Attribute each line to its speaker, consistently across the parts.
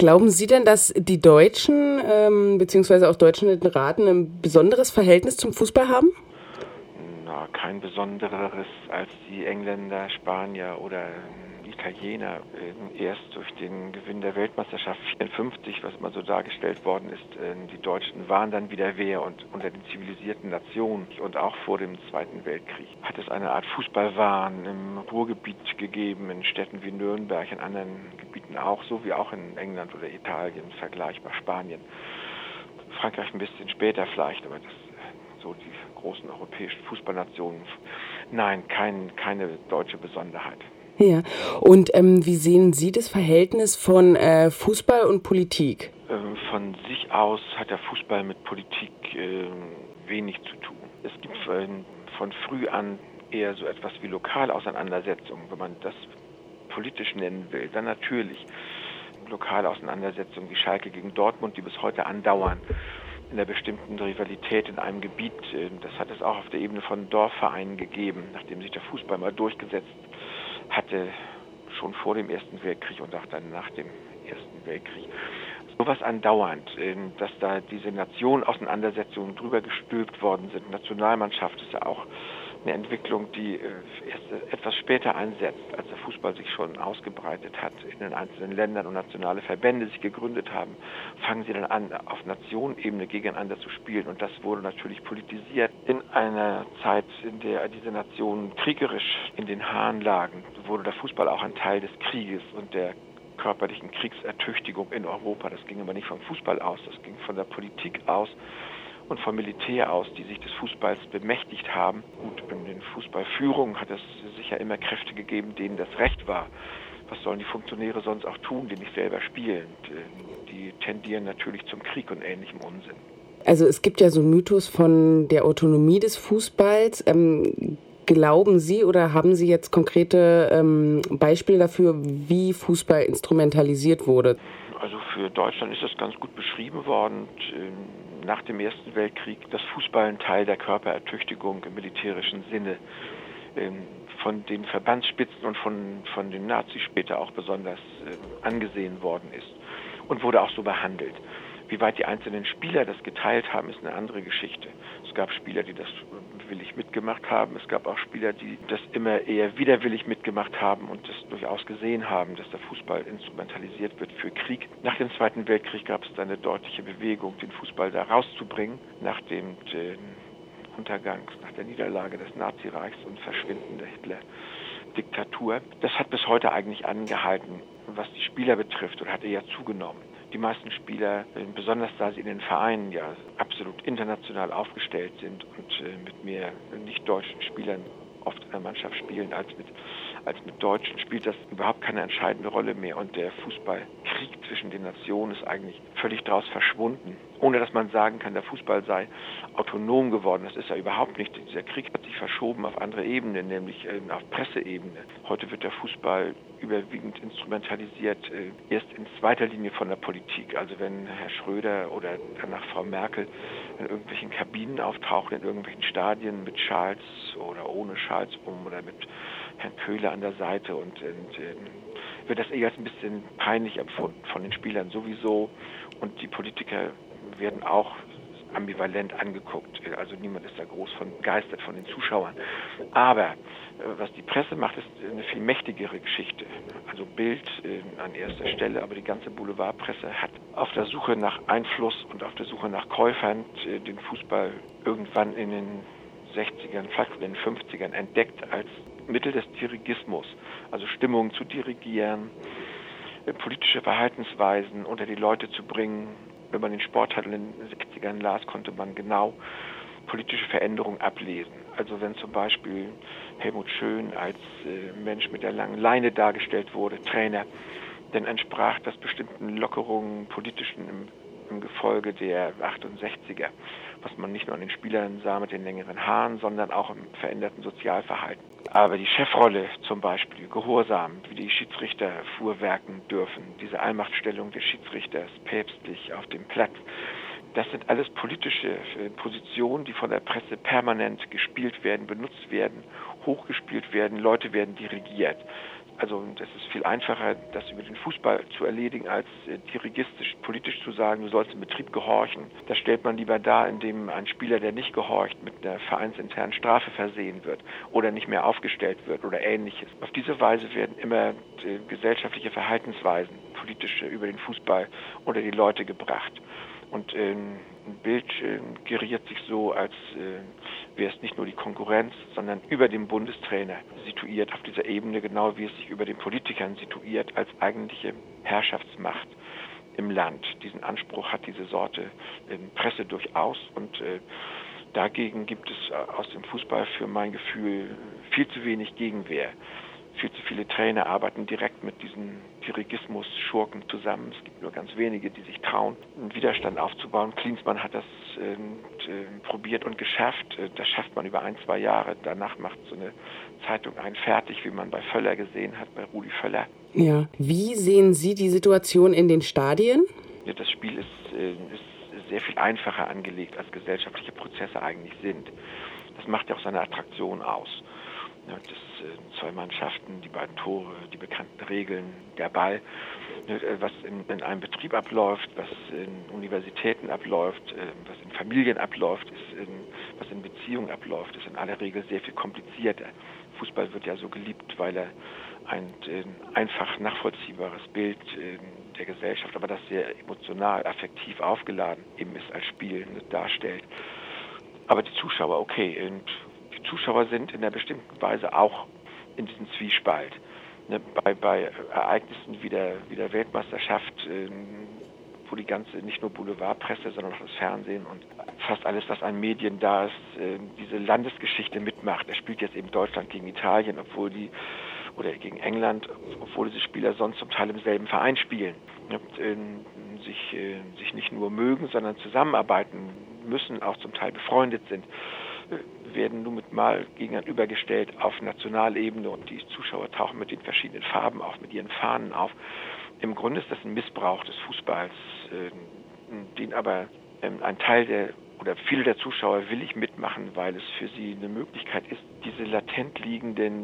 Speaker 1: Glauben Sie denn, dass die Deutschen beziehungsweise auch deutschen Literaten ein besonderes Verhältnis zum Fußball haben?
Speaker 2: Na, kein besonderes als die Engländer, Spanier oder Italiener. Erst durch den Gewinn der Weltmeisterschaft 54, was immer so dargestellt worden ist, die Deutschen waren dann wieder wer und unter den zivilisierten Nationen und auch vor dem Zweiten Weltkrieg hat es eine Art Fußballwahn im Ruhrgebiet gegeben, in Städten wie Nürnberg, in anderen Gebieten auch, so wie auch in England oder Italien, vergleichbar Spanien. Frankreich ein bisschen später vielleicht, aber das so die großen europäischen Fußballnationen. Nein, keine deutsche Besonderheit.
Speaker 1: Ja, und wie sehen Sie das Verhältnis von Fußball und Politik?
Speaker 2: Von sich aus hat der Fußball mit Politik wenig zu tun. Es gibt von früh an eher so etwas wie Lokalauseinandersetzungen, wenn man das politisch nennen will, dann natürlich Lokalauseinandersetzungen wie Schalke gegen Dortmund, die bis heute andauern, in einer bestimmten Rivalität in einem Gebiet. Das hat es auch auf der Ebene von Dorfvereinen gegeben, nachdem sich der Fußball mal durchgesetzt hatte, schon vor dem Ersten Weltkrieg und auch dann nach dem Ersten Weltkrieg. Sowas andauernd, dass da diese Nationen-Auseinandersetzungen drüber gestülpt worden sind. Nationalmannschaft ist ja auch eine Entwicklung, die erst etwas später einsetzt, als der Fußball sich schon ausgebreitet hat in den einzelnen Ländern und nationale Verbände sich gegründet haben, fangen sie dann an, auf Nationenebene gegeneinander zu spielen. Und das wurde natürlich politisiert. In einer Zeit, in der diese Nationen kriegerisch in den Haaren lagen, wurde der Fußball auch ein Teil des Krieges und der körperlichen Kriegsertüchtigung in Europa. Das ging aber nicht vom Fußball aus, das ging von der Politik aus und vom Militär aus, die sich des Fußballs bemächtigt haben. Gut, in den Fußballführungen hat es sicher immer Kräfte gegeben, denen das recht war. Was sollen die Funktionäre sonst auch tun, die nicht selber spielen? Die tendieren natürlich zum Krieg und ähnlichem Unsinn.
Speaker 1: Also es gibt ja so einen Mythos von der Autonomie des Fußballs. Glauben Sie oder haben Sie jetzt konkrete Beispiele dafür, wie Fußball instrumentalisiert wurde?
Speaker 2: Also für Deutschland ist das ganz gut beschrieben worden. Nach dem Ersten Weltkrieg, dass Fußball ein Teil der Körperertüchtigung im militärischen Sinne von den Verbandsspitzen und von den Nazis später auch besonders angesehen worden ist und wurde auch so behandelt. Wie weit die einzelnen Spieler das geteilt haben, ist eine andere Geschichte. Es gab Spieler, die das willig mitgemacht haben. Es gab auch Spieler, die das immer eher widerwillig mitgemacht haben und das durchaus gesehen haben, dass der Fußball instrumentalisiert wird für Krieg. Nach dem Zweiten Weltkrieg gab es dann eine deutliche Bewegung, den Fußball da rauszubringen, nach dem Untergang, nach der Niederlage des Nazireichs und Verschwinden der Hitler-Diktatur. Das hat bis heute eigentlich angehalten, was die Spieler betrifft, oder hat eher zugenommen. Die meisten Spieler, besonders da sie in den Vereinen ja absolut international aufgestellt sind und mit mehr nicht-deutschen Spielern oft in der Mannschaft spielen als mit Deutschen, spielt das überhaupt keine entscheidende Rolle mehr. Und der Fußballkrieg zwischen den Nationen ist eigentlich völlig daraus verschwunden. Ohne dass man sagen kann, der Fußball sei autonom geworden. Das ist er überhaupt nicht. Dieser Krieg hat sich verschoben auf andere Ebenen, nämlich auf Presseebene. Heute wird der Fußball überwiegend instrumentalisiert, erst in zweiter Linie von der Politik. Also wenn Herr Schröder oder danach Frau Merkel in irgendwelchen Kabinen auftauchen, in irgendwelchen Stadien mit Schals oder ohne Schals oder mit Herrn Köhler an der Seite und wird das eher als ein bisschen peinlich empfunden von den Spielern sowieso und die Politiker werden auch ambivalent angeguckt. Also niemand ist da groß von begeistert von den Zuschauern. Aber was die Presse macht, ist eine viel mächtigere Geschichte. Also Bild an erster Stelle, aber die ganze Boulevardpresse hat auf der Suche nach Einfluss und auf der Suche nach Käufern den Fußball irgendwann in den 60ern, vielleicht in den 50ern entdeckt als Mittel des Dirigismus, also Stimmungen zu dirigieren, politische Verhaltensweisen unter die Leute zu bringen. Wenn man den Sporttitel in den 60ern las, konnte man genau politische Veränderungen ablesen. Also wenn zum Beispiel Helmut Schön als Mensch mit der langen Leine dargestellt wurde, Trainer, dann entsprach das bestimmten Lockerungen politischen im Gefolge der 68er, was man nicht nur an den Spielern sah mit den längeren Haaren, sondern auch im veränderten Sozialverhalten. Aber die Chefrolle zum Beispiel, Gehorsam, wie die Schiedsrichter fuhrwerken dürfen, diese Allmachtstellung des Schiedsrichters päpstlich auf dem Platz, das sind alles politische Positionen, die von der Presse permanent gespielt werden, benutzt werden, hochgespielt werden, Leute werden dirigiert. Also es ist viel einfacher, das über den Fußball zu erledigen, als dirigistisch, politisch zu sagen, du sollst im Betrieb gehorchen. Das stellt man lieber dar, indem ein Spieler, der nicht gehorcht, mit einer vereinsinternen Strafe versehen wird oder nicht mehr aufgestellt wird oder Ähnliches. Auf diese Weise werden immer gesellschaftliche Verhaltensweisen, politische, über den Fußball unter die Leute gebracht. Und ein Bild geriert sich so, als wäre es nicht nur die Konkurrenz, sondern über dem Bundestrainer situiert auf dieser Ebene, genau wie es sich über den Politikern situiert, als eigentliche Herrschaftsmacht im Land. Diesen Anspruch hat diese Sorte Presse durchaus und dagegen gibt es aus dem Fußball für mein Gefühl viel zu wenig Gegenwehr. Viel zu viele Trainer arbeiten direkt mit diesen Dirigismus-Schurken zusammen. Es gibt nur ganz wenige, die sich trauen, einen Widerstand aufzubauen. Klinsmann hat das probiert und geschafft. Das schafft man über 1-2 Jahre. Danach macht so eine Zeitung einen fertig, wie man bei Völler gesehen hat, bei Rudi Völler.
Speaker 1: Ja. Wie sehen Sie die Situation in den Stadien?
Speaker 2: Ja, das Spiel ist sehr viel einfacher angelegt, als gesellschaftliche Prozesse eigentlich sind. Das macht ja auch seine Attraktion aus. Ja, das zwei Mannschaften, die beiden Tore, die bekannten Regeln, der Ball, was in einem Betrieb abläuft, was in Universitäten abläuft, was in Familien abläuft, was in Beziehungen abläuft, ist in aller Regel sehr viel komplizierter. Fußball wird ja so geliebt, weil er ein einfach nachvollziehbares Bild der Gesellschaft, aber das sehr emotional, affektiv aufgeladen eben ist als Spiel darstellt. Aber die Zuschauer, okay, und die Zuschauer sind in einer bestimmten Weise auch in diesem Zwiespalt. Bei Ereignissen wie der Weltmeisterschaft, wo die ganze, nicht nur Boulevardpresse, sondern auch das Fernsehen und fast alles, was an Medien da ist, diese Landesgeschichte mitmacht. Er spielt jetzt eben Deutschland gegen Italien, oder gegen England, obwohl diese Spieler sonst zum Teil im selben Verein spielen. Sich nicht nur mögen, sondern zusammenarbeiten müssen, auch zum Teil befreundet sind, werden nun mal gegenübergestellt auf Nationalebene und die Zuschauer tauchen mit den verschiedenen Farben auf, mit ihren Fahnen auf. Im Grunde ist das ein Missbrauch des Fußballs, den aber ein Teil oder viele der Zuschauer willig mitmachen, weil es für sie eine Möglichkeit ist, diese latent liegenden,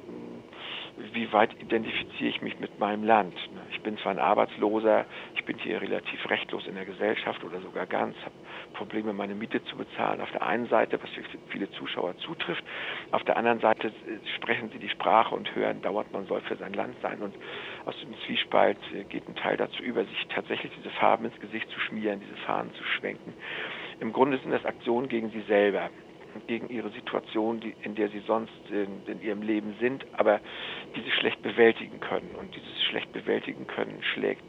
Speaker 2: wie weit identifiziere ich mich mit meinem Land? Ich bin zwar ein Arbeitsloser, ich bin hier relativ rechtlos in der Gesellschaft oder sogar ganz, habe Probleme, meine Miete zu bezahlen. Auf der einen Seite, was für viele Zuschauer zutrifft, auf der anderen Seite sprechen sie die Sprache und hören dauernd, man soll für sein Land sein. Und aus dem Zwiespalt geht ein Teil dazu über, sich tatsächlich diese Farben ins Gesicht zu schmieren, diese Fahnen zu schwenken. Im Grunde sind das Aktionen gegen sie selber, gegen ihre Situation, in der sie sonst in ihrem Leben sind, aber die sie schlecht bewältigen können. Und dieses schlecht bewältigen können schlägt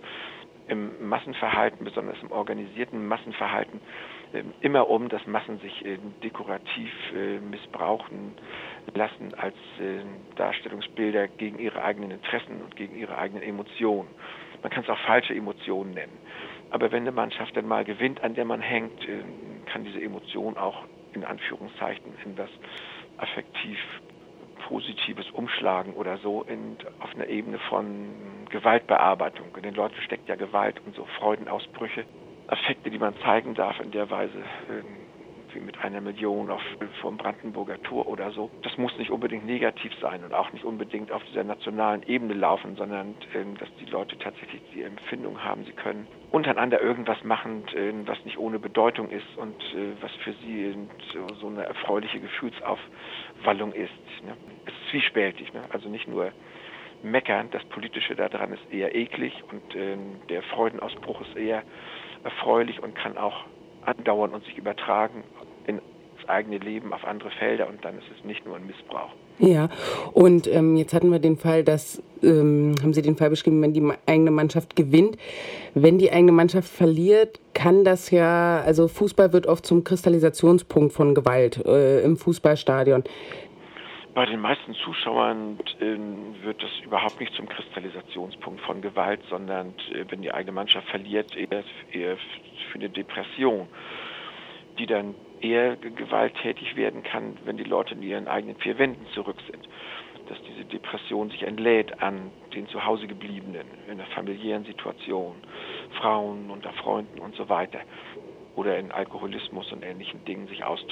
Speaker 2: im Massenverhalten, besonders im organisierten Massenverhalten, immer um, dass Massen sich dekorativ missbrauchen lassen als Darstellungsbilder gegen ihre eigenen Interessen und gegen ihre eigenen Emotionen. Man kann es auch falsche Emotionen nennen. Aber wenn eine Mannschaft dann mal gewinnt, an der man hängt, kann diese Emotion auch in Anführungszeichen in das affektiv Positives umschlagen oder so auf einer Ebene von Gewaltbearbeitung. In den Leuten steckt ja Gewalt und so Freudenausbrüche, Affekte, die man zeigen darf in der Weise, wie mit 1 Million vom Brandenburger Tor oder so. Das muss nicht unbedingt negativ sein und auch nicht unbedingt auf dieser nationalen Ebene laufen, sondern dass die Leute tatsächlich die Empfindung haben, sie können untereinander irgendwas machen, was nicht ohne Bedeutung ist und was für sie so eine erfreuliche Gefühlsaufwallung ist. Ne? Es ist zwiespältig, ne? Also nicht nur meckern, das Politische daran ist eher eklig und der Freudenausbruch ist eher erfreulich und kann auch andauern und sich übertragen ins eigene Leben auf andere Felder und dann ist es nicht nur ein Missbrauch.
Speaker 1: Ja, und jetzt hatten wir den Fall, haben Sie den Fall beschrieben, wenn die eigene Mannschaft gewinnt. Wenn die eigene Mannschaft verliert, kann das ja, also Fußball wird oft zum Kristallisationspunkt von Gewalt im Fußballstadion.
Speaker 2: Bei den meisten Zuschauern wird das überhaupt nicht zum Kristallisationspunkt von Gewalt, sondern wenn die eigene Mannschaft verliert, eher für eine Depression, die dann eher gewalttätig werden kann, wenn die Leute in ihren eigenen 4 Wänden zurück sind. Dass diese Depression sich entlädt an den zu Hause gebliebenen, in der familiären Situation, Frauen unter Freunden und so weiter oder in Alkoholismus und ähnlichen Dingen sich ausdrückt.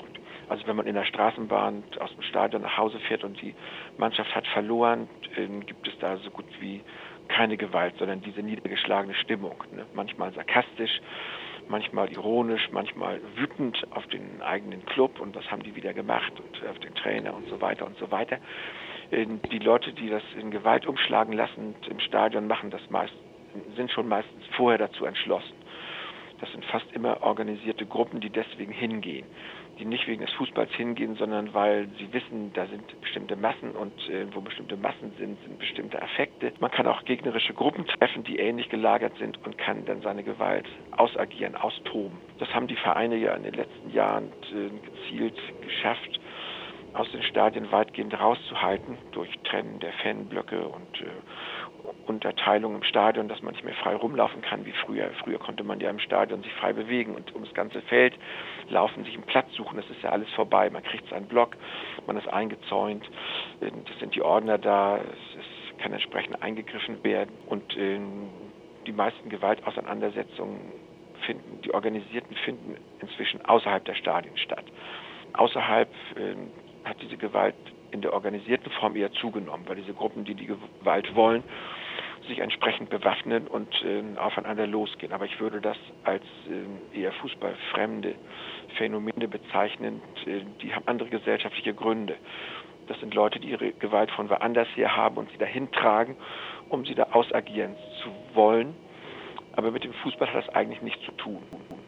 Speaker 2: Also wenn man in der Straßenbahn aus dem Stadion nach Hause fährt und die Mannschaft hat verloren, gibt es da so gut wie keine Gewalt, sondern diese niedergeschlagene Stimmung. Ne? Manchmal sarkastisch, manchmal ironisch, manchmal wütend auf den eigenen Club und was haben die wieder gemacht und auf den Trainer und so weiter und so weiter. Die Leute, die das in Gewalt umschlagen lassen im Stadion, sind schon meistens vorher dazu entschlossen. Das sind fast immer organisierte Gruppen, die deswegen hingehen. Die nicht wegen des Fußballs hingehen, sondern weil sie wissen, da sind bestimmte Massen und wo bestimmte Massen sind bestimmte Affekte. Man kann auch gegnerische Gruppen treffen, die ähnlich gelagert sind und kann dann seine Gewalt ausagieren, austoben. Das haben die Vereine ja in den letzten Jahren gezielt geschafft, aus den Stadien weitgehend rauszuhalten, durch Trennen der Fanblöcke und Unterteilung im Stadion, dass man nicht mehr frei rumlaufen kann wie früher. Früher konnte man ja im Stadion sich frei bewegen und ums ganze Feld laufen, sich einen Platz suchen. Das ist ja alles vorbei. Man kriegt seinen Block, man ist eingezäunt, es sind die Ordner da, es kann entsprechend eingegriffen werden und die meisten Gewaltauseinandersetzungen die organisierten finden inzwischen außerhalb der Stadien statt. Außerhalb hat diese Gewalt in der organisierten Form eher zugenommen, weil diese Gruppen, die Gewalt wollen, sich entsprechend bewaffnen und aufeinander losgehen. Aber ich würde das als eher fußballfremde Phänomene bezeichnen. Die haben andere gesellschaftliche Gründe. Das sind Leute, die ihre Gewalt von woanders her haben und sie dahin tragen, um sie da ausagieren zu wollen. Aber mit dem Fußball hat das eigentlich nichts zu tun.